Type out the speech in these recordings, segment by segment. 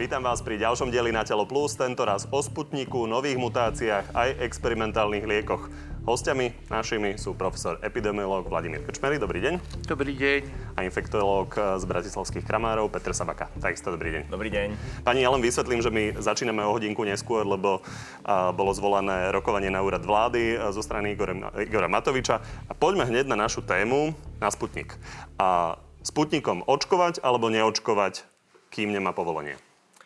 Vítam vás pri ďalšom dieli Na telo plus, tentoraz o Sputniku, nových mutáciách aj experimentálnych liekoch. Hostiami našimi sú profesor epidemiológ Vladimír Krčmery. Dobrý deň. Dobrý deň. A infektológ z bratislavských Kramárov Peter Sabaka. Takisto dobrý deň. Dobrý deň. Pani, ja len vysvetlím, že my začíname o hodinku neskôr, lebo bolo zvolané rokovanie na úrad vlády zo strany Igora Matoviča. A poďme hneď na našu tému, na Sputnik. A Sputnikom očkovať alebo neočkovať, kým nemá povolenie?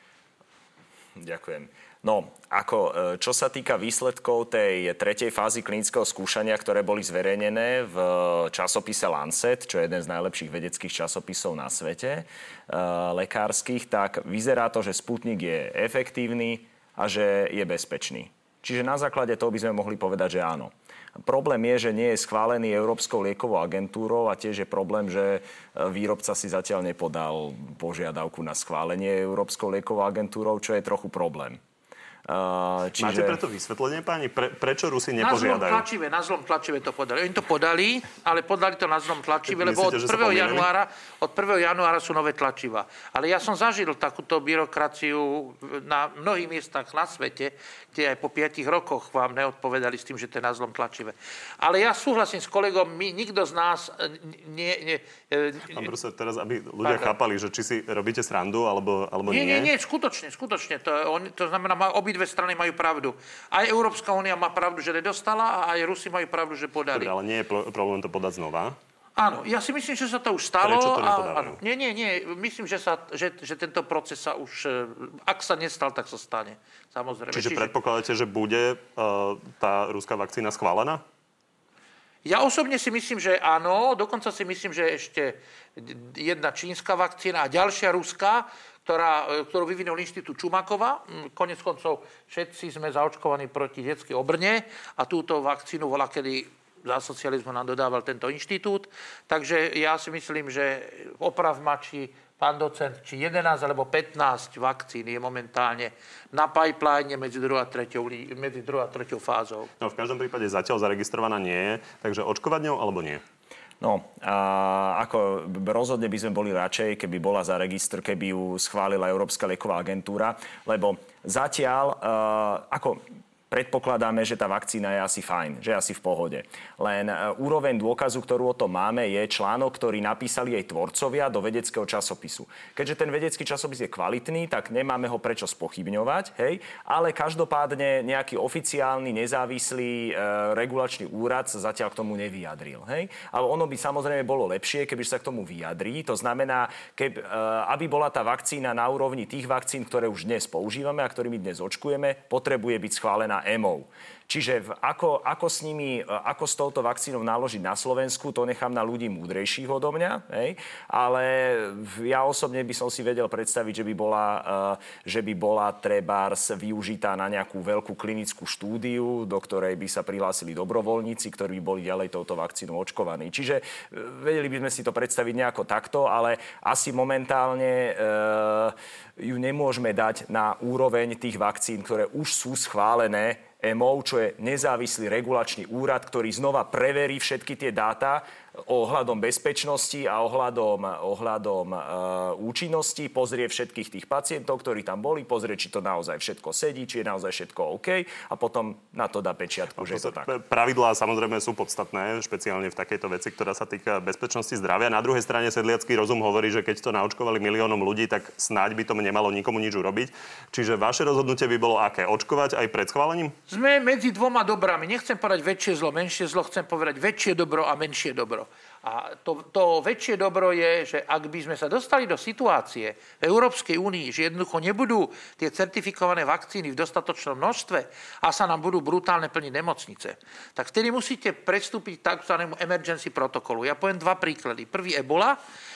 Ďakujem. No, čo sa týka výsledkov tej tretej fázy klinického skúšania, ktoré boli zverejnené v časopise Lancet, čo je jeden z najlepších vedeckých časopisov na svete, lekárskych, tak vyzerá to, že Sputnik je efektívny a že je bezpečný. Čiže na základe toho by sme mohli povedať, že áno. Problém je, že nie je schválený Európskou liekovou agentúrou a tiež je problém, že výrobca si zatiaľ nepodal požiadavku na schválenie Európskou liekovou agentúrou, čo je trochu problém. Máte preto vysvetlenie, páni? Prečo Rusi nepožiadajú? Na zlom tlačive to podali. Oni to podali, ale podali to na zlom tlačive, lebo od 1. januára sú nové tlačiva. Ale ja som zažil takúto byrokraciu na mnohých miestach na svete, kde aj po 5 rokoch vám neodpovedali s tým, že to je na zlom tlačive. Ale ja súhlasím s kolegom, nikto z nás Pán profesor, teraz, aby ľudia chápali, že či si robíte srandu, alebo nie. Nie, skutočne. To znamená, obidve strany majú pravdu. Aj Európska únia má pravdu, že nedostala, a aj Rusi majú pravdu, že podali. Ale nie je problém to podať znova? Áno, ja si myslím, že sa to už stalo. Prečo to nepodávajú? Nie. Myslím, že tento proces sa už, ak sa nestal, tak sa stane. Samozrejme. Čiže predpokladáte, že bude tá ruská vakcína schválená? Ja osobne si myslím, že áno. Dokonca si myslím, že ešte jedna čínska vakcína a ďalšia ruská, ktorú vyvinul inštitút Čumakova. Konec koncov všetci sme zaočkovaní proti detskej obrne a túto vakcínu kedy za socializmu nám dodával tento inštitút. Takže ja si myslím, že oprav či pán docent, či 11 alebo 15 vakcín je momentálne na pipeline medzi 2. a 3. fázou. No, v každom prípade zatiaľ zaregistrovaná nie je, takže očkovať ňou alebo nie? No, ako rozhodne by sme boli radšej, keby bola keby ju schválila Európska lieková agentúra, lebo zatiaľ, predpokladáme, že tá vakcína je asi fajn, že je asi v pohode. Len úroveň dôkazu, ktorú o tom máme, je článok, ktorý napísali jej tvorcovia do vedeckého časopisu. Keďže ten vedecký časopis je kvalitný, tak nemáme ho prečo spochybňovať, hej? Ale každopádne nejaký oficiálny, nezávislý regulačný úrad sa zatiaľ k tomu nevyjadril, hej? Ale ono by samozrejme bolo lepšie, keby sa k tomu vyjadrí. To znamená, aby bola tá vakcína na úrovni tých vakcín, ktoré už dnes používame a ktorými dnes očkujeme, potrebuje byť schválená EMA. Čiže ako s touto vakcínou naložiť na Slovensku, to nechám na ľudí múdrejších odo mňa, hej? Ale ja osobne by som si vedel predstaviť, že by bola trebárs využitá na nejakú veľkú klinickú štúdiu, do ktorej by sa prihlásili dobrovoľníci, ktorí by boli ďalej touto vakcínou očkovaní. Čiže vedeli by sme si to predstaviť nejako takto, ale asi momentálne ju nemôžeme dať na úroveň tých vakcín, ktoré už sú schválené EMA, čo je nezávislý regulačný úrad, ktorý znova preverí všetky tie dáta ohľadom bezpečnosti a ohľadom účinnosti, pozrie všetkých tých pacientov, ktorí tam boli, pozrie, či to naozaj všetko sedí, či je naozaj všetko OK a potom na to dá pečiatku, že je to tak. Pravidlá samozrejme sú podstatné, špeciálne v takejto veci, ktorá sa týka bezpečnosti zdravia. Na druhej strane sedliacky rozum hovorí, že keď to naočkovali miliónom ľudí, tak snáď by to nemalo nikomu nič urobiť. Čiže vaše rozhodnutie by bolo aké? Očkovať aj pred schválením? Sme medzi dvoma dobrami. Nechcem povedať väčšie zlo, menšie zlo, chcem povedať väčšie dobro a menšie dobro. A to väčšie dobro je, že ak by sme sa dostali do situácie v Európskej únii, že jednoducho nebudú tie certifikované vakcíny v dostatočnom množstve a sa nám budú brutálne plniť nemocnice, tak vtedy musíte prestúpiť k takzvanému emergency protokolu. Ja poviem 2 príklady. Prvý Ebola.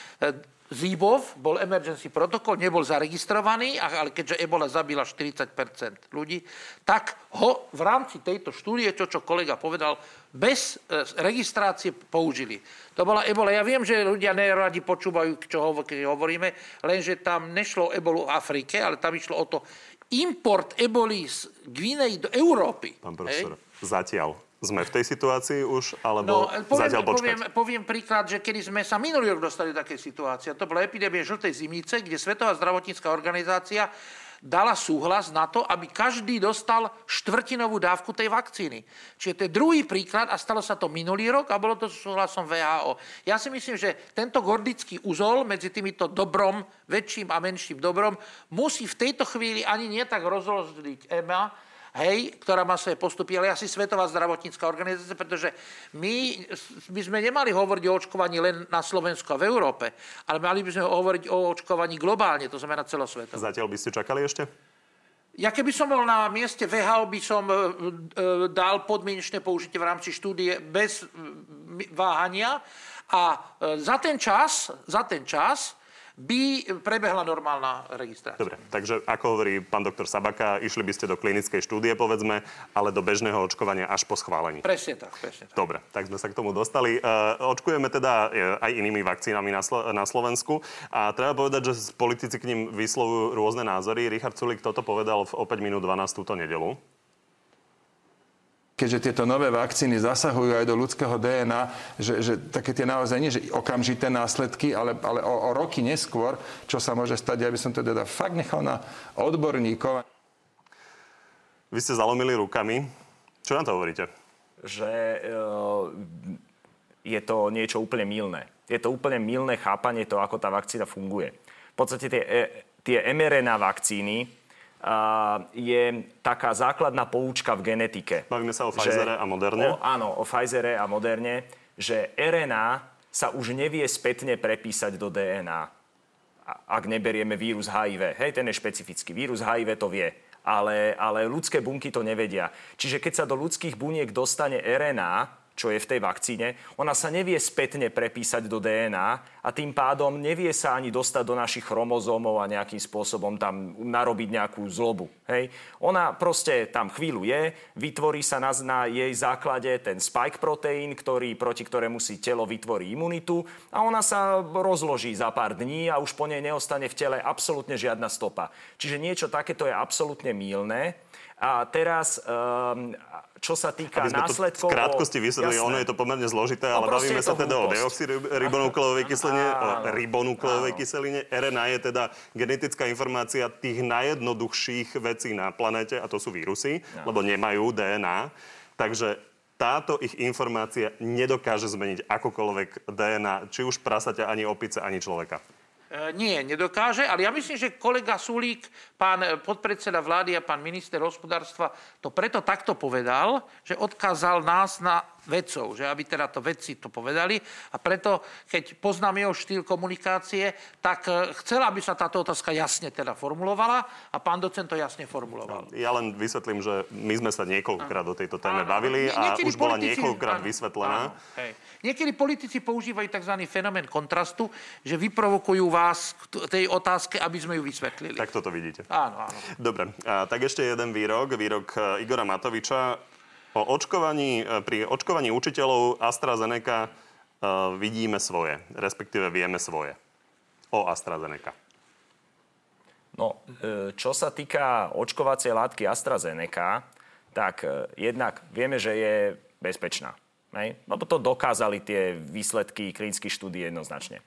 Zíbov bol emergency protokol, nebol zaregistrovaný, ale keďže Ebola zabila 40% ľudí, tak ho v rámci tejto štúdie, čo kolega povedal, bez registrácie použili. To bola Ebola. Ja viem, že ľudia neradi počúvajú, keď hovoríme, lenže tam nešlo o Ebolu v Afrike, ale tam išlo o to import Eboli z Guinei do Európy. Pán profesor, zatiaľ Sme v tej situácii už, alebo zatiaľ počkať? Poviem príklad, že kedy sme sa minulý rok dostali do takej situácie. To bola epidémia žltej zimnice, kde Svetová zdravotnícka organizácia dala súhlas na to, aby každý dostal štvrtinovú dávku tej vakcíny. Čiže to je druhý príklad a stalo sa to minulý rok a bolo to súhlasom VHO. Ja si myslím, že tento gordický uzol medzi týmito dobrom, väčším a menším dobrom, musí v tejto chvíli ani nie tak rozložiť EMA, ktorá má svoje postupy, ale asi Svetová zdravotnícka organizácia, pretože my sme nemali hovoriť o očkovaní len na Slovensku a v Európe, ale mali by sme hovoriť o očkovaní globálne, to znamená celosvetovo. Zatiaľ by ste čakali ešte? Ja keby som bol na mieste VHO, by som dal podmienečné použitie v rámci štúdie bez váhania a za ten čas by prebehla normálna registrácia. Dobre, takže ako hovorí pán doktor Sabaka, išli by ste do klinickej štúdie, povedzme, ale do bežného očkovania až po schválení. Presne tak. Dobre, tak sme sa k tomu dostali. Očkujeme teda aj inými vakcínami na Slovensku a treba povedať, že politici k ním vyslovujú rôzne názory. Richard Sulík toto povedal v 5 minút 12 túto nedeľu. Keďže tieto nové vakcíny zasahujú aj do ľudského DNA, že také tie naozaj nie, že okamžité následky, ale o roky neskôr, čo sa môže stať, ja by som to teda fakt nechal na odborníkov. Vy ste zalomili rukami. Čo na to hovoríte? Že je to niečo úplne mylné. Je to úplne mylné chápanie toho, ako tá vakcína funguje. V podstate tie mRNA vakcíny je taká základná poučka v genetike. Bavíme sa o Pfizere a Moderne? Áno, o Pfizere a Moderne, že RNA sa už nevie spätne prepísať do DNA. Ak neberieme vírus HIV. Hej, ten je špecifický. Vírus HIV to vie. Ale ľudské bunky to nevedia. Čiže keď sa do ľudských buniek dostane RNA, čo je v tej vakcíne, ona sa nevie spätne prepísať do DNA a tým pádom nevie sa ani dostať do našich chromozómov a nejakým spôsobom tam narobiť nejakú zlobu. Hej. Ona proste tam chvíľu je, vytvorí sa na jej základe ten spike proteín, proti ktorému si telo vytvorí imunitu a ona sa rozloží za pár dní a už po nej neostane v tele absolútne žiadna stopa. Čiže niečo taketo je absolútne mylné. A teraz, čo sa týka následkov... V krátkosti vysvetlili, ono je to pomerne zložité, ale bavíme sa teda o deoxyribonukleovej kyseline, o ribonukleovej kyseline. RNA je teda genetická informácia tých najjednoduchších vecí na planéte, a to sú vírusy, lebo nemajú DNA. Takže táto ich informácia nedokáže zmeniť akokoľvek DNA, či už prasaťa, ani opice, ani človeka. Nie, nedokáže, ale ja myslím, že kolega Sulík, pán podpredseda vlády a pán minister hospodárstva to preto takto povedal, že odkázal nás na vedcov, že aby teda to vedci to povedali a preto, keď poznám jeho štýl komunikácie, tak chcela, aby sa táto otázka jasne teda formulovala a pán docent to jasne formuloval. Ja len vysvetlím, že my sme sa niekoľkokrát o tejto téme bavili a už bola niekoľkokrát vysvetlená. Niekedy politici používajú tzv. Fenomén kontrastu, že vyprovokujú vás k tej otázke, aby sme ju vysvetlili. Tak toto vidíte. Áno. Dobre, tak ešte jeden výrok Igora Matoviča. Pri očkovaní učiteľov AstraZeneca vidíme svoje, respektíve vieme svoje. O AstraZeneca. No, čo sa týka očkovacej látky AstraZeneca, tak jednak vieme, že je bezpečná. Lebo to dokázali tie výsledky klinických štúdií jednoznačne.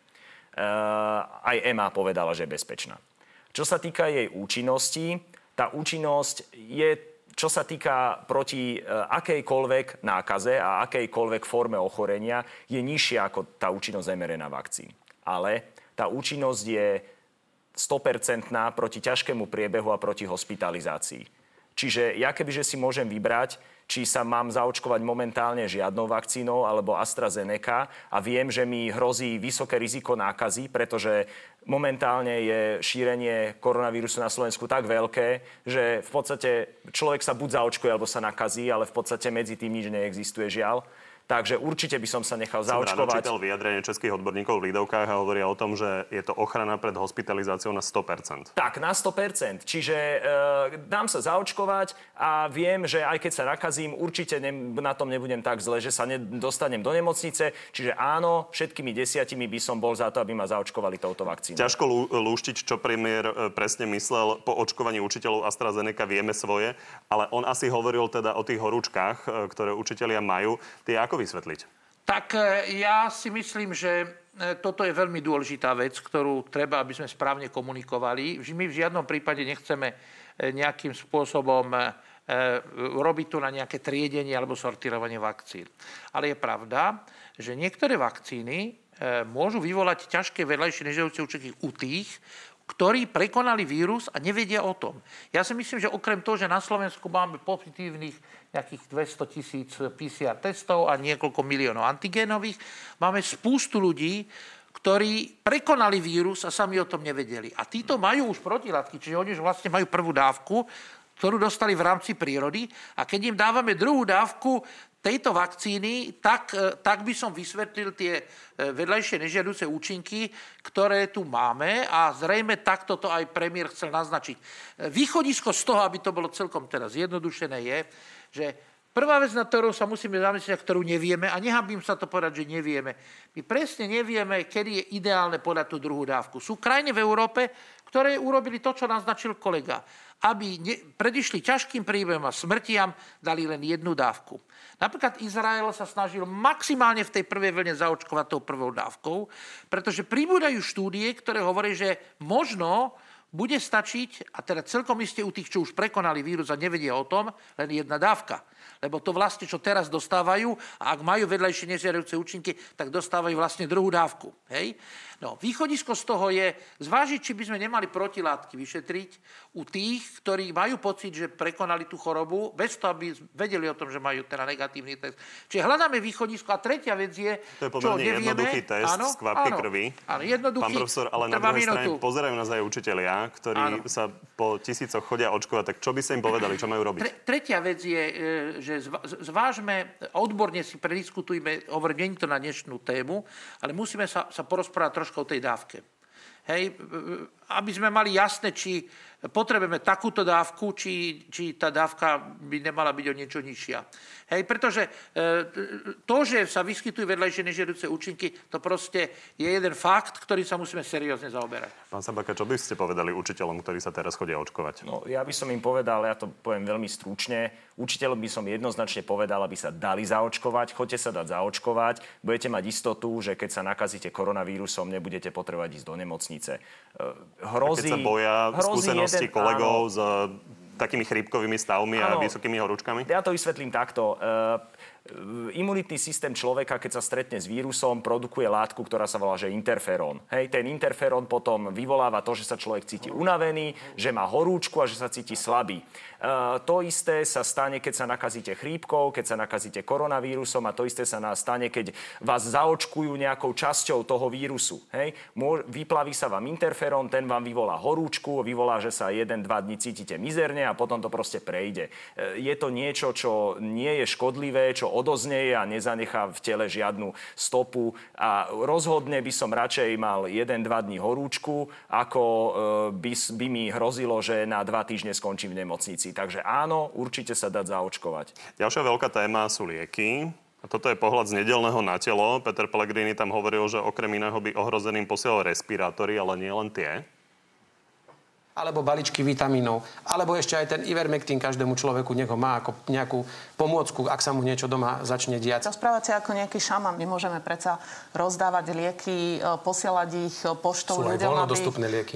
Aj EMA povedala, že je bezpečná. Čo sa týka jej účinnosti, tá účinnosť je, čo sa týka proti akejkoľvek nákaze a akejkoľvek forme ochorenia, je nižšia ako tá účinnosť mRNA vakcín. Ale tá účinnosť je 100% proti ťažkému priebehu a proti hospitalizácii. Čiže ja kebyže si môžem vybrať, či sa mám zaočkovať momentálne žiadnou vakcínou alebo AstraZeneca a viem, že mi hrozí vysoké riziko nákazy, pretože momentálne je šírenie koronavírusu na Slovensku tak veľké, že v podstate človek sa buď zaočkuje alebo sa nakazí, ale v podstate medzi tým nič neexistuje, žiaľ. Takže určite by som sa nechal Som ráno zaočkovať. čítal vyjadrenie českých odborníkov v Lidovkách a hovoria o tom, že je to ochrana pred hospitalizáciou na 100%. Tak, na 100%. Čiže dám sa zaočkovať a viem, že aj keď sa nakazím, určite na tom nebudem tak zle, že sa dostanem do nemocnice. Čiže áno, všetkými 10 by som bol za to, aby ma zaočkovali touto vakcínou. Ťažko lúštiť, čo premiér presne myslel. Po očkovaní učiteľov AstraZeneca vieme svoje, ale on asi hovoril teda o tých horúčkach, ktoré učitelia majú. Tie ako vysvetliť? Tak ja si myslím, že toto je veľmi dôležitá vec, ktorú treba, aby sme správne komunikovali. My v žiadnom prípade nechceme nejakým spôsobom robiť tu na nejaké triedenie alebo sortírovanie vakcín. Ale je pravda, že niektoré vakcíny môžu vyvolať ťažké vedľajšie nežiaduce účinky u tých, ktorí prekonali vírus a nevedia o tom. Ja si myslím, že okrem toho, že na Slovensku máme pozitívnych nejakých 200 000 PCR testov a niekoľko miliónov antigénových, máme spústu ľudí, ktorí prekonali vírus a sami o tom nevedeli. A títo majú už protilátky, čiže oni už vlastne majú prvú dávku, ktorú dostali v rámci prírody, a keď im dávame druhú dávku tejto vakcíny, tak by som vysvetlil tie vedľajšie nežiaduce účinky, ktoré tu máme, a zrejme takto to aj premiér chcel naznačiť. Východisko z toho, aby to bolo celkom teraz zjednodušené, je, že prvá vec, na ktorú sa musíme zamyslieť, ktorú nevieme, a nehanbím sa to povedať, že nevieme. My presne nevieme, kedy je ideálne podať tú druhú dávku. Sú krajiny v Európe, ktoré urobili to, čo naznačil kolega. Aby predišli ťažkým príbehom a smrtiam, dali len jednu dávku. Napríklad Izrael sa snažil maximálne v tej prvej vlne zaočkovať tou prvou dávkou, pretože pribúdajú štúdie, ktoré hovorí, že možno bude stačiť, a teda celkom iste u tých, čo už prekonali vírus a nevedia o tom, len jedna dávka. Lebo to vlastne, čo teraz dostávajú, a ak majú vedľajšie nežiaduce účinky, tak dostávajú vlastne druhú dávku. Hej? No, východisko z toho je zvážiť, či by sme nemali protilátky vyšetriť u tých, ktorí majú pocit, že prekonali tú chorobu, bez toho, aby vedeli o tom, že majú teda negatívny test. Čiže hľadáme východisko. A tretia vec je, to je pomerne jednoduchý test z kvapky krvi. Áno, jednoduchý. Pán profesor, ale na druhej strane pozerajú nás aj učitelia, ktorí sa po tisícoch chodia očkovať. Tak čo by sa im povedali, čo majú robiť? Tretia vec je, že zvážme, odborne si prediskutujme, hovorím, nie je to na dnešnú tému, ale musíme sa porozprávať trošku o tej dávke. Hej, aby sme mali jasné, či potrebujeme takúto dávku, či tá dávka by nemala byť o niečo nižšia. Hej, pretože to, že sa vyskytujú vedľajšie nežiaduce účinky, to proste je jeden fakt, ktorý sa musíme seriózne zaoberať. Pán Sabaka, čo by ste povedali učiteľom, ktorí sa teraz chodia očkovať? No, ja by som im povedal, ja to poviem veľmi stručne, učiteľom by som jednoznačne povedal, aby sa dali zaočkovať, choďte sa dať zaočkovať, budete mať istotu, že keď sa nakazíte koronavírusom, nebudete potrebovať ísť do nemocnice. Keď sa boja skúsenosti kolegov s takými chrípkovými stavmi a vysokými horúčkami? Ja to vysvetlím takto. Imunitný systém človeka, keď sa stretne s vírusom, produkuje látku, ktorá sa volá, že interferón. Hej, ten interferón potom vyvoláva to, že sa človek cíti unavený, že má horúčku a že sa cíti slabý. To isté sa stane, keď sa nakazíte chrípkou, keď sa nakazíte koronavírusom, a to isté sa stane, keď vás zaočkujú nejakou časťou toho vírusu. Hej, vyplaví sa vám interferón, ten vám vyvolá horúčku, vyvolá, že sa 1-2 dní cítite mizerne a potom to proste prejde. Je to niečo, čo nie je škodlivé, čo odoznieje a nezanechá v tele žiadnu stopu, a rozhodne by som radšej mal 1-2 dní horúčku, ako by mi hrozilo, že na 2 týždne skončím v nemocnici. Takže áno, určite sa dať zaočkovať. Ďalšia veľká téma sú lieky. A toto je pohľad z nedeľného na telo. Peter Pellegrini tam hovoril, že okrem iného by ohrozeným posielal respirátory, ale nie len tie. Alebo balíčky vitamínov, alebo ešte aj ten Ivermectin každému človeku, nech ho má ako nejakú pomôcku, ak sa mu niečo doma začne diať. Rozprávať sa ako nejaký šaman. My môžeme predsa rozdávať lieky, posielať ich poštou ľuďom. Sú aj voľnodostupné lieky.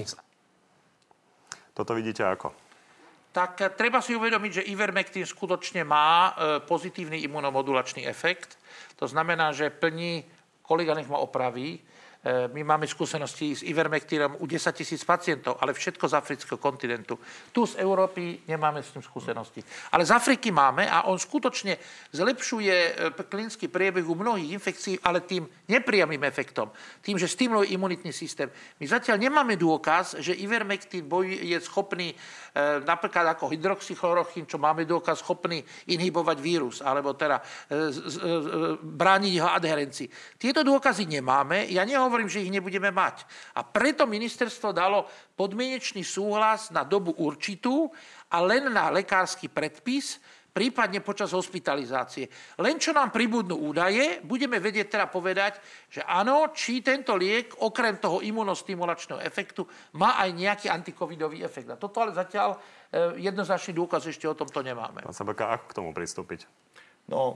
Toto vidíte ako? Tak treba si uvedomiť, že Ivermectin skutočne má pozitívny imunomodulačný efekt. To znamená, že plní, kolega nech ma opraví, My máme skúsenosti s Ivermectinom u 10 000 pacientov, ale všetko z afrického kontinentu. Tu z Európy nemáme s tým skúsenosti. Ale z Afriky máme a on skutočne zlepšuje klinický priebeh u mnohých infekcií, ale tým nepriamým efektom. Tým, že stimuluje imunitný systém. My zatiaľ nemáme dôkaz, že Ivermectin je schopný, napríklad ako hydroxychlorochín, čo máme dôkaz, schopný inhibovať vírus, alebo teda brániť jeho adherencii. Tieto dôkazy nemáme. Ja nehovorím, že ich nebudeme mať. A preto ministerstvo dalo podmienečný súhlas na dobu určitú a len na lekársky predpis, prípadne počas hospitalizácie. Len čo nám pribudnú údaje, budeme vedieť teda povedať, že áno, či tento liek, okrem toho imunostimulačného efektu, má aj nejaký antikovidový efekt. A toto ale zatiaľ jednoznačný dôkaz ešte o tomto nemáme. Pán Sabaka, ako k tomu pristúpiť? No,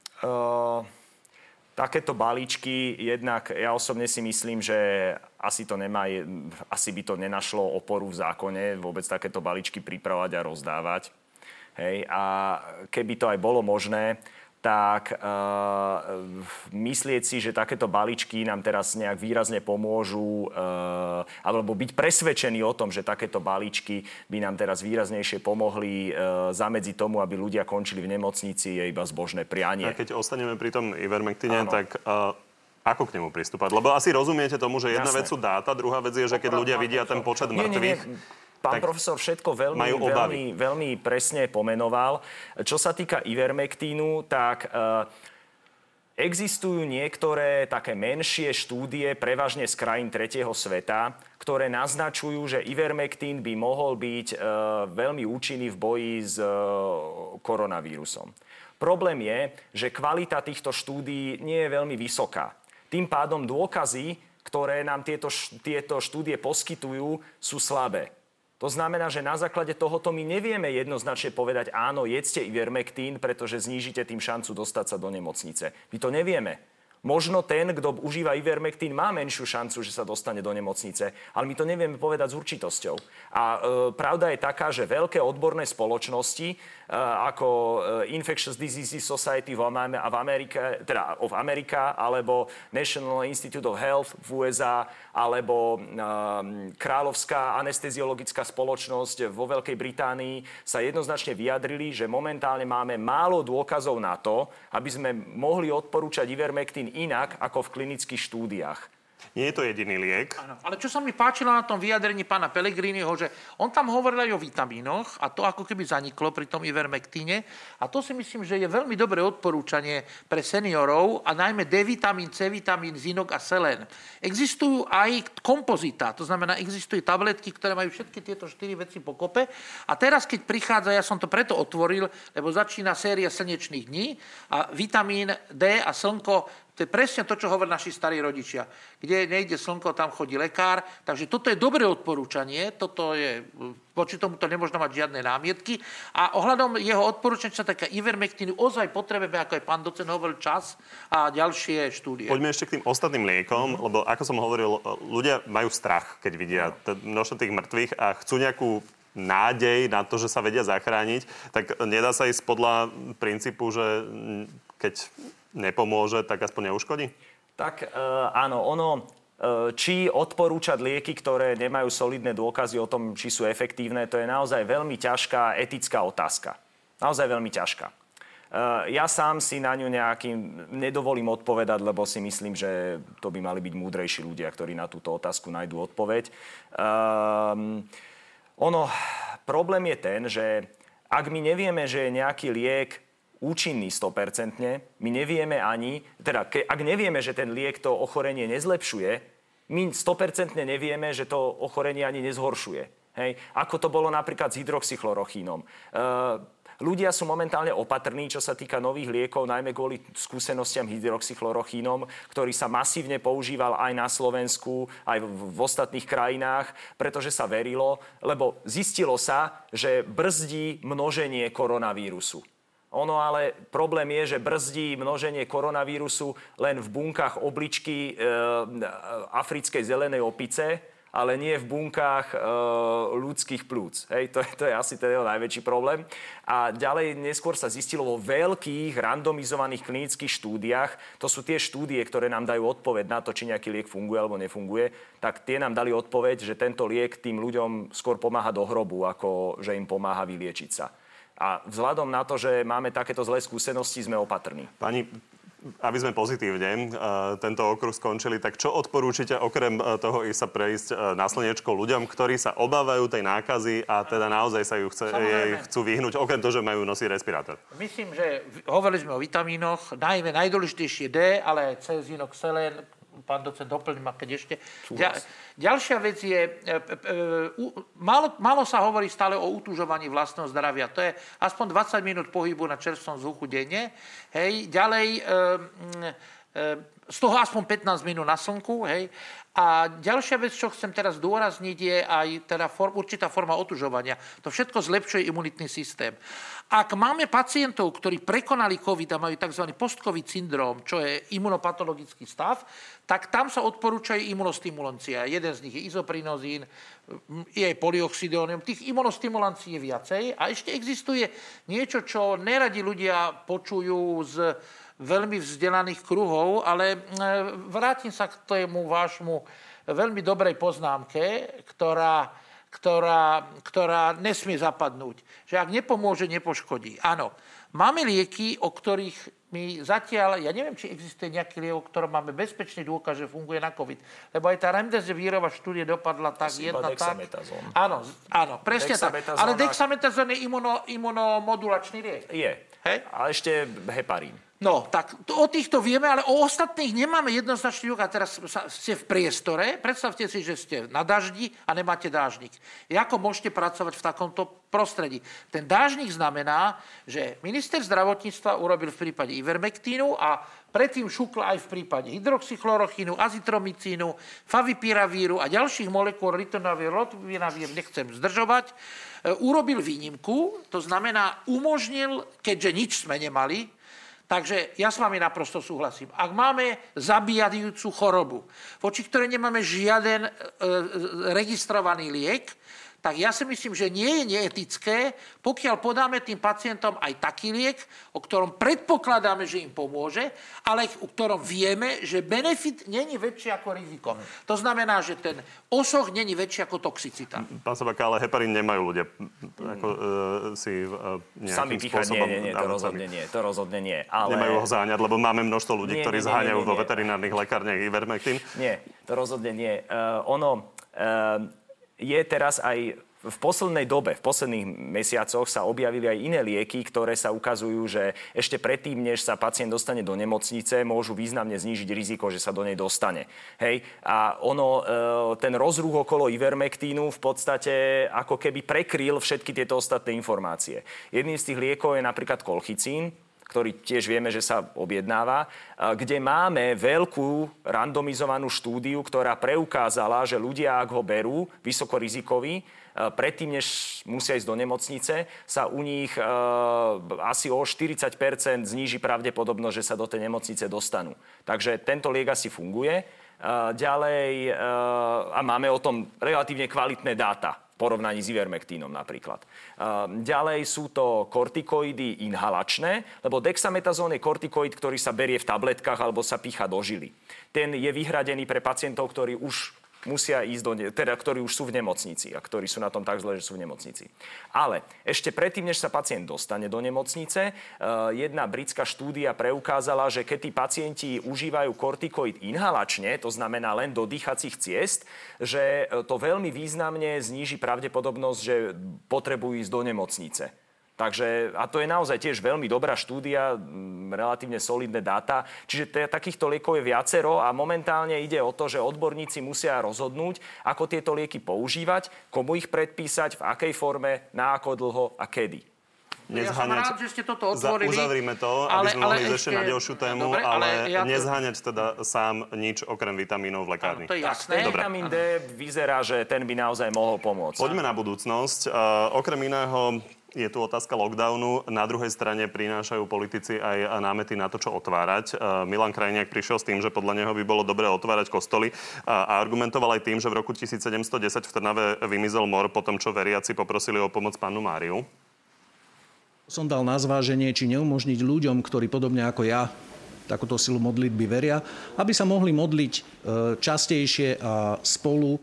takéto balíčky, jednak ja osobne si myslím, že asi by to nenašlo oporu v zákone, vôbec takéto balíčky pripravovať a rozdávať. Hej, a keby to aj bolo možné, tak myslieť si, že takéto balíčky nám teraz nejak výrazne pomôžu, alebo byť presvedčený o tom, že takéto balíčky by nám teraz výraznejšie pomohli zamedziť tomu, aby ľudia končili v nemocnici, je iba zbožné prianie. A keď ostaneme pri tom Ivermectine, tak ako k nemu pristúpať? Lebo asi rozumiete tomu, že jedna vec sú dáta, druhá vec je, že keď ľudia vidia ten počet mŕtvych... Pán profesor všetko veľmi presne pomenoval. Čo sa týka Ivermectinu, tak existujú niektoré také menšie štúdie, prevažne z krajín tretieho sveta, ktoré naznačujú, že Ivermectin by mohol byť veľmi účinný v boji s koronavírusom. Problém je, že kvalita týchto štúdií nie je veľmi vysoká. Tým pádom dôkazy, ktoré nám tieto štúdie poskytujú, sú slabé. To znamená, že na základe tohoto my nevieme jednoznačne povedať, áno, jedzte Ivermectin, pretože znížite tým šancu dostať sa do nemocnice. My to nevieme. Možno ten, kto užíva Ivermectin, má menšiu šancu, že sa dostane do nemocnice, ale my to nevieme povedať s určitosťou. A pravda je taká, že veľké odborné spoločnosti, ako Infectious Diseases Society v Amerike, alebo National Institute of Health v USA, alebo Kráľovská anesteziologická spoločnosť vo Veľkej Británii sa jednoznačne vyjadrili, že momentálne máme málo dôkazov na to, aby sme mohli odporúčať Ivermectin inak ako v klinických štúdiách. Nie je to jediný liek. Áno, ale čo sa mi páčilo na tom vyjadrení pána Pellegriniho, že on tam hovoril aj o vitamínoch a to ako keby zaniklo pri tom Ivermectine. A to si myslím, že je veľmi dobré odporúčanie pre seniorov a najmä D-vitamín, C-vitamín, zinok a selen. Existujú aj kompozitá, to znamená, existujú tabletky, ktoré majú všetky tieto 4 veci pokope. A teraz, keď prichádza, ja som to preto otvoril, lebo začína séria slnečných dní a vitamín D a slnko. To je presne to, čo hovorí naši starí rodičia. Kde nejde slnko, tam chodí lekár. Takže toto je dobré odporúčanie. Voči tomuto nemôžno mať žiadne námietky. A ohľadom jeho odporúčania sa taká Ivermectinu ozaj potrebujeme, ako aj pán docent hovoril, čas a ďalšie štúdie. Poďme ešte k tým ostatným liekom, lebo ako som hovoril, ľudia majú strach, keď vidia množstvo tých mŕtvych a chcú nejakú nádej na to, že sa vedia zachrániť. Tak nedá sa ísť podľa princípu, že keď nepomôže, tak aspoň neuškodí? Tak áno, či odporúčať lieky, ktoré nemajú solidné dôkazy o tom, či sú efektívne, to je naozaj veľmi ťažká etická otázka. Naozaj veľmi ťažká. Ja sám si na ňu nedovolím odpovedať, lebo si myslím, že to by mali byť múdrejší ľudia, ktorí na túto otázku nájdú odpoveď. Problém je ten, že ak my nevieme, že je nejaký liek účinný 100%, my nevieme ak nevieme, že ten liek to ochorenie nezlepšuje, my 100% nevieme, že to ochorenie ani nezhoršuje. Hej? Ako to bolo napríklad s hydroxychlorochínom. Ľudia sú momentálne opatrní, čo sa týka nových liekov, najmä kvôli skúsenostiam hydroxychlorochínom, ktorý sa masívne používal aj na Slovensku, aj v ostatných krajinách, pretože sa verilo, lebo zistilo sa, že brzdí množenie koronavírusu. Ale problém je, že brzdí množenie koronavírusu len v bunkách obličky africkej zelenej opice ale nie v bunkách ľudských plúc. Hej, to je asi ten jeho najväčší problém. A ďalej neskôr sa zistilo vo veľkých randomizovaných klinických štúdiách, to sú tie štúdie, ktoré nám dajú odpoveď na to, či nejaký liek funguje alebo nefunguje, tak tie nám dali odpoveď, že tento liek tým ľuďom skôr pomáha do hrobu, ako že im pomáha vyliečiť sa. A vzhľadom na to, že máme takéto zlé skúsenosti, sme opatrní. Pani, aby sme pozitívne tento okruh skončili, tak čo odporúčite okrem toho ísť sa prejsť na slniečko ľuďom, ktorí sa obávajú tej nákazy a teda naozaj sa jej chcú vyhnúť, okrem toho, že majú nosiť respirátor? Myslím, že hovorili sme o vitamínoch, najmä najdôležitejšie D, ale aj C, zinok, selén, pán docent doplním, a keď ešte. Ďalšia vec je, málo sa hovorí stále o utužovaní vlastného zdravia. To je aspoň 20 minút pohybu na čerstvom vzduchu denne. Hej. Ďalej, z toho aspoň 15 minút na slnku. Hej. A ďalšia vec, čo chcem teraz zdôrazniť, je aj teda určitá forma otužovania. To všetko zlepšuje imunitný systém. Ak máme pacientov, ktorí prekonali COVID a majú tzv. Post-COVID syndrom, čo je imunopatologický stav, tak tam sa odporúčajú imunostimulancie. Jeden z nich je izoprinozín, je polioxidónium. Tých imunostimulancií je viacej. A ešte existuje niečo, čo neradi ľudia počujú z veľmi vzdelaných kruhov, ale vrátim sa k tému vášmu veľmi dobrej poznámke, ktorá nesmie zapadnúť. Že ak nepomôže, nepoškodí. Áno, máme lieky, o ktorých my zatiaľ, ja neviem, či existuje nejaký liek, o ktorom máme bezpečný dôkaz, že funguje na COVID. Lebo aj tá remdesivírová štúdia dopadla tak, jedna tak. Áno, presne tak. Ale dexametazón je imunomodulačný liek. Je. Hej? A ešte heparín. No, tak o týchto vieme, ale o ostatných nemáme jednoznačný dôkaz. Teraz ste v priestore, predstavte si, že ste na daždi a nemáte dážnik. Ako môžete pracovať v takomto prostredí? Ten dážnik znamená, že minister zdravotníctva urobil v prípade ivermektínu a predtým šukla aj v prípade hydroxychlorochínu, azitromycínu, favipiravíru a ďalších molekúl, ritonavir, lopinavir, nechcem zdržovať. Urobil výnimku, to znamená umožnil, keďže nič sme nemali. Takže ja s vami naprosto súhlasím. Ak máme zabíjajúcu chorobu, voči ktorej nemáme žiaden registrovaný liek, tak ja si myslím, že nie je neetické, pokiaľ podáme tým pacientom aj taký liek, o ktorom predpokladáme, že im pomôže, ale o ktorom vieme, že benefit není väčší ako riziko. To znamená, že ten osoch není väčší ako toxicita. Pán Sobaka, ale heparín nemajú ľudia si nejakým sami píchať, spôsobom... To rozhodne nie. Ale... Nemajú ho záňať, lebo máme množstvo ľudí, ktorí zháňajú vo veterinárnych lekárniach ivermectin. Nie, to rozhodne nie. Je teraz aj v poslednej dobe, v posledných mesiacoch sa objavili aj iné lieky, ktoré sa ukazujú, že ešte predtým, než sa pacient dostane do nemocnice, môžu významne znížiť riziko, že sa do nej dostane. Hej? A ten rozruch okolo ivermektínu v podstate ako keby prekryl všetky tieto ostatné informácie. Jedným z tých liekov je napríklad kolchicín, ktorý tiež vieme, že sa objednáva, kde máme veľkú randomizovanú štúdiu, ktorá preukázala, že ľudia, ak ho berú, vysokorizikoví, predtým, než musia ísť do nemocnice, sa u nich asi o 40% zníži pravdepodobnosť, že sa do tej nemocnice dostanú. Takže tento liek asi funguje. Ďalej, a máme o tom relatívne kvalitné dáta, v porovnaní s ivermektínom napríklad. Ďalej sú to kortikoidy inhalačné, lebo dexametazón je kortikoid, ktorý sa berie v tabletkách alebo sa pícha do žily. Ten je vyhradený pre pacientov, ktorí už musia ísť ktorí už sú v nemocnici a ktorí sú na tom tak zle, že sú v nemocnici. Ale ešte predtým, než sa pacient dostane do nemocnice, jedna britská štúdia preukázala, že keď tí pacienti užívajú kortikoid inhalačne, to znamená len do dýchacích ciest, že to veľmi významne zníži pravdepodobnosť, že potrebujú ísť do nemocnice. Takže, a to je naozaj tiež veľmi dobrá štúdia, relatívne solidné dáta. Čiže takýchto liekov je viacero a momentálne ide o to, že odborníci musia rozhodnúť, ako tieto lieky používať, komu ich predpísať, v akej forme, na ako dlho a kedy. Ja som rád, že ste toto otvorili. Uzavrime to, aby sme mohli ešte na ďalšiu tému, dobre, ale nezháňať teda sám nič okrem vitamínov v lekárni. To je jasné. Vitamín D vyzerá, že ten by naozaj mohol pomôcť. Poďme na budúcnosť. Okrem iného Je tu otázka lockdownu. Na druhej strane prinášajú politici aj námety na to, čo otvárať. Milan Krajniak prišiel s tým, že podľa neho by bolo dobré otvárať kostoly a argumentoval aj tým, že v roku 1710 v Trnave vymizol mor po tom, čo veriaci poprosili o pomoc Pannu Máriu. Som dal na zváženie, či neumožniť ľuďom, ktorí podobne ako ja takúto silu modlitby veria, aby sa mohli modliť častejšie a spolu.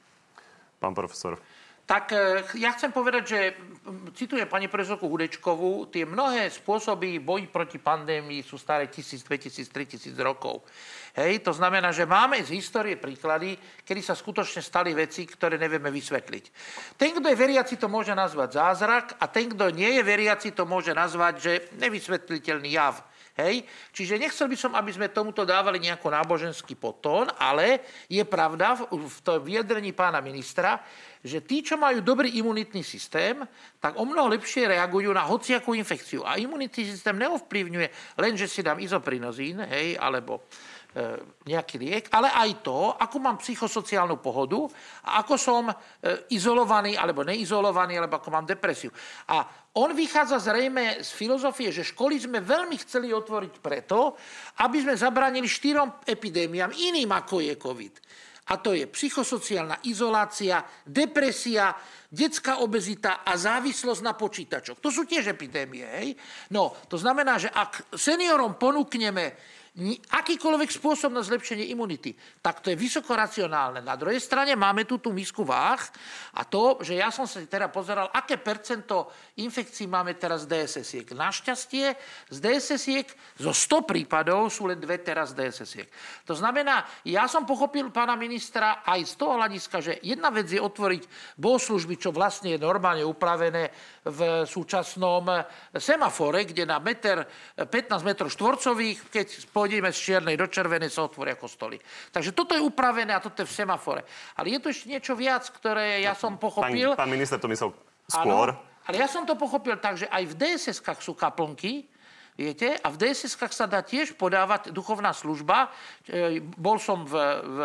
Pán profesor. Tak ja chcem povedať, že citujem pani profesorku Hudečkovú, tie mnohé spôsoby boji proti pandémii sú staré 1000, 2000, 3000 rokov. Hej, to znamená, že máme z histórie príklady, kedy sa skutočne stali veci, ktoré nevieme vysvetliť. Ten, kto je veriaci, to môže nazvať zázrak a ten, kto nie je veriaci, to môže nazvať, že nevysvetliteľný jav. Hej? Čiže nechcel by som, aby sme tomuto dávali nejaký náboženský podtón, ale je pravda v tom vyjadrení pána ministra, že tí, čo majú dobrý imunitný systém, tak o mnoho lepšie reagujú na hociakú infekciu. A imunitný systém neovplyvňuje len, že si dám izoprinozín, hej, alebo nejaký liek, ale aj to, ako mám psychosociálnu pohodu a ako som izolovaný alebo neizolovaný, alebo ako mám depresiu. A on vychádza zrejme z filozofie, že školy sme veľmi chceli otvoriť preto, aby sme zabránili 4 epidémiám iným ako je COVID. A to je psychosociálna izolácia, depresia, detská obezita a závislosť na počítačoch. To sú tiež epidémie, hej? No, to znamená, že ak seniorom ponúkneme akýkoľvek spôsob na zlepšenie imunity, tak to je vysokoracionálne. Na druhej strane máme tu tú misku váh a to, že ja som sa teda pozeral, aké percento infekcií máme teraz z DSS-iek. Našťastie z DSS-iek zo 100 prípadov sú len 2 teraz DSS-iek. To znamená, ja som pochopil pána ministra aj z toho hľadiska, že jedna vec je otvoriť bohoslužby, čo vlastne je normálne upravené v súčasnom semafore, kde na 15 metrov štvorcových, keď pôjdeme z čiernej do červenej, sa otvoria kostoly. Takže toto je upravené a toto je v semafore. Ale je tu ešte niečo viac, ktoré ja som pochopil. Pán minister to myslel skôr. Áno, ale ja som to pochopil tak, že aj v DSS-kách sú kaplnky, viete, a v DSS-kách sa dá tiež podávať duchovná služba. Bol som v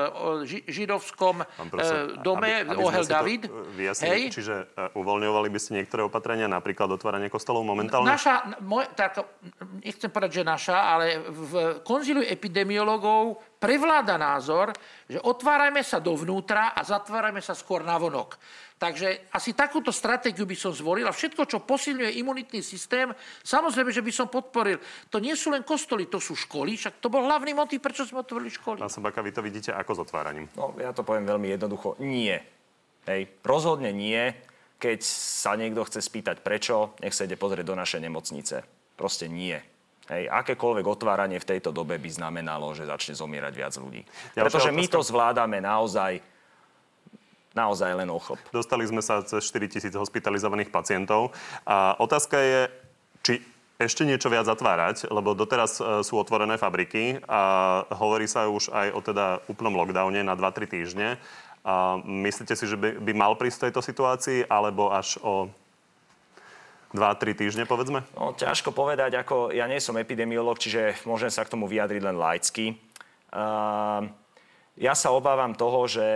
židovskom dome Ohel David. Hej. Čiže uvoľňovali by ste niektoré opatrenia, napríklad otváranie kostolov momentálne? Nechcem povedať, že naša, ale v konzíliu epidemiológov prevláda názor, že otvárajme sa dovnútra a zatvárajme sa skôr navonok. Takže asi takúto stratégiu by som zvolil a všetko, čo posilňuje imunitný systém, samozrejme, že by som podporil. To nie sú len kostoly, to sú školy, však to bol hlavný motív, prečo sme otvorili školy. Pán Sobaka, vy to vidíte ako s otváraním? No, ja to poviem veľmi jednoducho. Nie. Hej, rozhodne nie. Keď sa niekto chce spýtať prečo, nech sa ide pozrieť do našej nemocnice. Proste nie. Hej, akékoľvek otváranie v tejto dobe by znamenalo, že začne zomierať viac ľudí. Pretože my to zvládame naozaj len o chlp. Dostali sme sa cez 4 000 hospitalizovaných pacientov. A otázka je, či ešte niečo viac zatvárať, lebo doteraz sú otvorené fabriky a hovorí sa už aj o teda úplnom lockdowne na 2-3 týždne. A myslíte si, že by mal prísť v tejto situácii, alebo až o 2-3 týždne, povedzme? No, ťažko povedať, ako ja nie som epidemiológ, čiže môžem sa k tomu vyjadriť len laicky. Ja sa obávam toho, že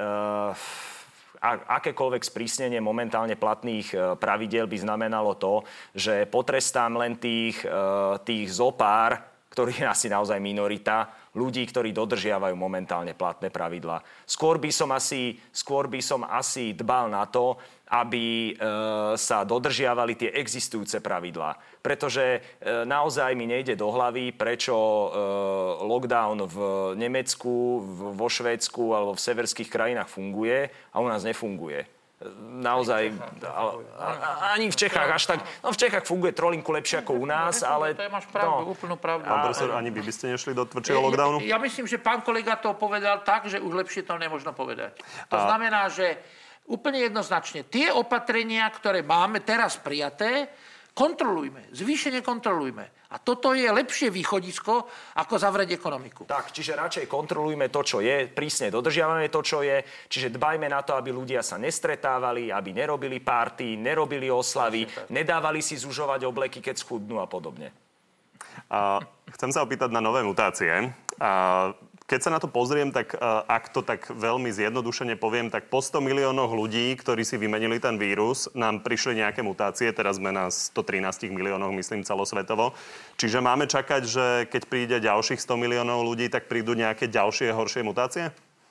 akékoľvek sprísnenie momentálne platných pravidiel by znamenalo to, že potrestám len tých zopár, ktorých je asi naozaj minorita, ľudí, ktorí dodržiavajú momentálne platné pravidlá. Skôr by som asi dbal na to, aby sa dodržiavali tie existujúce pravidlá. Pretože naozaj mi nejde do hlavy, prečo lockdown v Nemecku, vo Švédsku alebo v severských krajinách funguje a u nás nefunguje. Naozaj, ani v Čechách až tak. No v Čechách funguje trolinku lepšie ako u nás, ale... To máš pravdu, úplnú pravdu. Pán profesor, ani by ste nešli do tvrdšieho lockdownu? Ja myslím, že pán kolega to povedal tak, že už lepšie to nemôžno povedať. To znamená, že úplne jednoznačne tie opatrenia, ktoré máme teraz prijaté, kontrolujme, zvýšene kontrolujme. A toto je lepšie východisko, ako zavrieť ekonomiku. Tak, čiže radšej kontrolujme to, čo je, prísne dodržiavame to, čo je, čiže dbajme na to, aby ľudia sa nestretávali, aby nerobili party, nerobili oslavy, nedávali si zužovať obleky, keď schudnú a podobne. Chcem sa opýtať na nové mutácie. keď sa na to pozriem, tak ak to tak veľmi zjednodušene poviem, tak po 100 miliónoch ľudí, ktorí si vymenili ten vírus, nám prišli nejaké mutácie. Teraz sme na 113 miliónoch, myslím, celosvetovo. Čiže máme čakať, že keď príde ďalších 100 miliónov ľudí, tak prídu nejaké ďalšie horšie mutácie?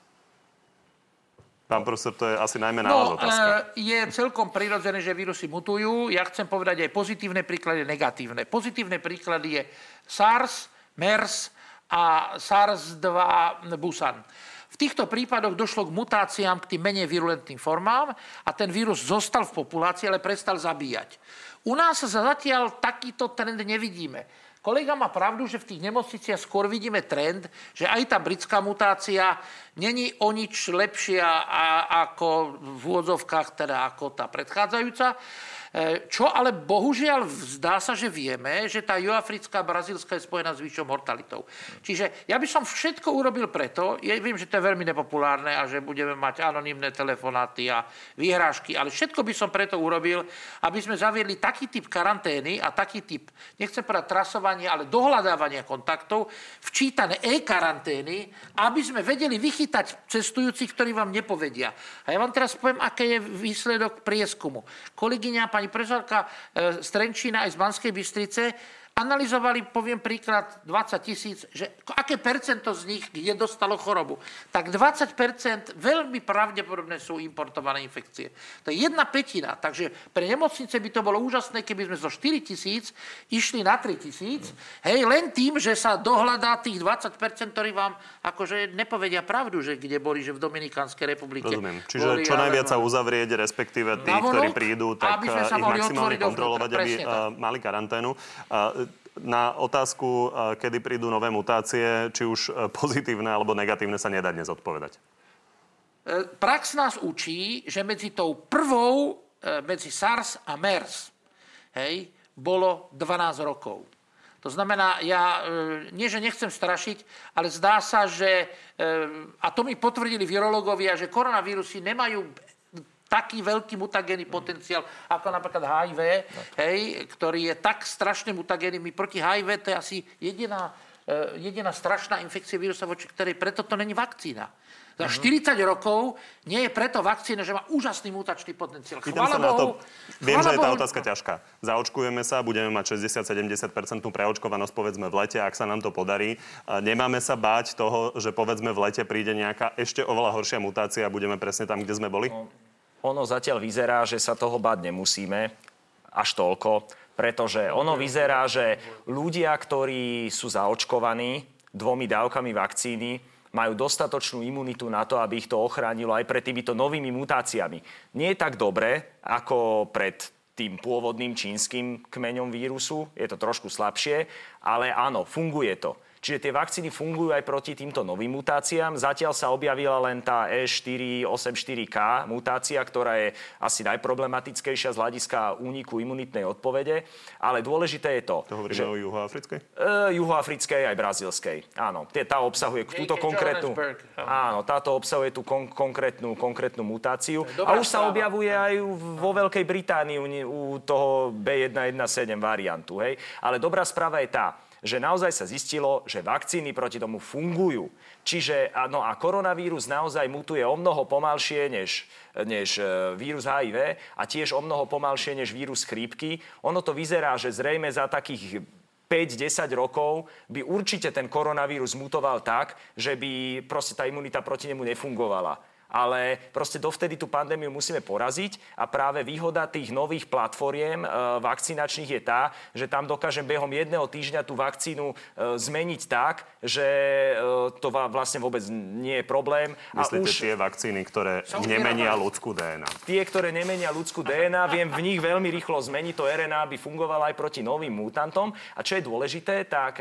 Pán profesor, to je asi najmä na vás otázka. Je celkom prirodzené, že vírusy mutujú. Ja chcem povedať aj pozitívne príklady, negatívne. Pozitívne príklady je SARS, MERS a SARS-2 Busan. V týchto prípadoch došlo k mutáciám, k tým menej virulentným formám a ten vírus zostal v populácii, ale prestal zabíjať. U nás sa zatiaľ takýto trend nevidíme. Kolega má pravdu, že v tých nemocniciach skôr vidíme trend, že aj tá britská mutácia není o nič lepšia ako v úvodzovkách, teda ako tá predchádzajúca. Čo ale bohužiaľ zdá sa, že vieme, že tá juhoafrická a brazílska je spojená s vyššou mortalitou. Čiže ja by som všetko urobil preto, ja viem, že to je veľmi nepopulárne a že budeme mať anonymné telefonáty a výhrážky, ale všetko by som preto urobil, aby sme zaviedli taký typ karantény a taký typ, nechcem povedať trasovania, ale dohľadávania kontaktov, včítané e-karantény, aby sme vedeli vychytať cestujúcich, ktorí vám nepovedia. A ja vám teraz poviem, aký je výsledok prieskumu. Kolegyňa pani profesorka z Trenčína aj z Banskej Bystrice analyzovali, poviem príklad, 20 000, že aké percento z nich kde dostalo chorobu. Tak 20% veľmi pravdepodobne sú importované infekcie. To je 1/5. Takže pre nemocnice by to bolo úžasné, keby sme zo 4 000 išli na 3 000. Hej, len tým, že sa dohľadá tých 20%, ktorí vám akože nepovedia pravdu, že kde boli, že v Dominikánskej republike. Rozumiem. Čiže čo najviac sa uzavrieť, respektíve tí, ktorí prídu, tak ich maximálne kontrolovať, aby mali karanténu. Na otázku, kedy prídu nové mutácie, či už pozitívne alebo negatívne, sa nedá dnes odpovedať. Prax nás učí, že medzi tou prvou, medzi SARS a MERS, hej, bolo 12 rokov. To znamená, ja nie, že nechcem strašiť, ale zdá sa, že, a to mi potvrdili virológovia, že koronavírusy nemajú taký veľký mutagénny potenciál, ako napríklad HIV, hej, ktorý je tak strašne mutagénny. My proti HIV to je asi jediná strašná infekcia vírusa, voči ktorej preto to není vakcína. Za 40 rokov nie je preto vakcína, že má úžasný mutačný potenciál. Chvála Bohu. Viem, že je tá otázka ťažká. Zaočkujeme sa, budeme mať 60-70% preočkovanosť, povedzme, v lete, ak sa nám to podarí. Nemáme sa báť toho, že povedzme v lete príde nejaká ešte oveľa horšia mutácia a budeme presne tam, kde sme boli? Ono zatiaľ vyzerá, že sa toho báť nemusíme až toľko, pretože ono vyzerá, že ľudia, ktorí sú zaočkovaní 2 dávkami vakcíny, majú dostatočnú imunitu na to, aby ich to ochránilo aj pred týmito novými mutáciami. Nie je tak dobre ako pred tým pôvodným čínskym kmeňom vírusu, je to trošku slabšie, ale áno, funguje to. Čiže tie vakcíny fungujú aj proti týmto novým mutáciám. Zatiaľ sa objavila len tá E484K mutácia, ktorá je asi najproblematickejšia z hľadiska úniku imunitnej odpovede. Ale dôležité je to... To hovoríme o juhoafrickej? Juhoafrickej aj brazílskej. Áno. Tá obsahuje túto konkrétnu... Áno, táto obsahuje tú konkrétnu mutáciu. A už sa objavuje aj vo Veľkej Británii u toho B117 variantu. Hej? Ale dobrá správa je tá, že naozaj sa zistilo, že vakcíny proti tomu fungujú. Čiže, no a koronavírus naozaj mutuje o mnoho pomalšie než vírus HIV a tiež o mnoho pomalšie než vírus chrípky. Ono to vyzerá, že zrejme za takých 5-10 rokov by určite ten koronavírus mutoval tak, že by proste tá imunita proti nemu nefungovala. Ale proste dovtedy tú pandémiu musíme poraziť a práve výhoda tých nových platformiem vakcinačných je tá, že tam dokážem behom 1 týždňa tú vakcínu zmeniť tak, že to vlastne vôbec nie je problém. Myslíte tie vakcíny, ktoré nemenia ľudskú DNA? Tie, ktoré nemenia ľudskú DNA, viem v nich veľmi rýchlo zmeniť to RNA, aby fungovalo aj proti novým mutantom. A čo je dôležité, tak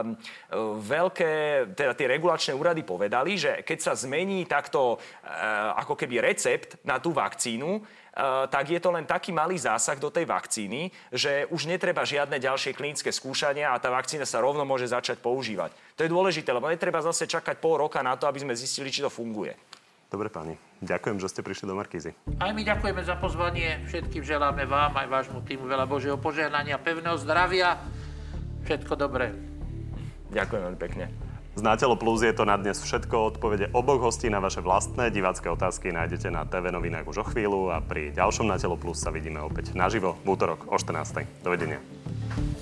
teda tie regulačné úrady povedali, že keď sa zmení takto ako keby recept na tú vakcínu, tak je to len taký malý zásah do tej vakcíny, že už netreba žiadne ďalšie klinické skúšania a tá vakcína sa rovno môže začať používať. To je dôležité, lebo netreba zase čakať pol roka na to, aby sme zistili, či to funguje. Dobre, páni. Ďakujem, že ste prišli do Markízy. Aj my ďakujeme za pozvanie. Všetkým želáme vám aj vášmu týmu veľa Božieho požehnania, pevného zdravia. Všetko dobré. Ďakujem veľmi pekne. Z Na telo plus je to na dnes všetko. Odpovede oboch hostí na vaše vlastné divácké otázky nájdete na TV novinách už o chvíľu a pri ďalšom Na telo plus sa vidíme opäť naživo v útorok o 14:00. Dovidenia.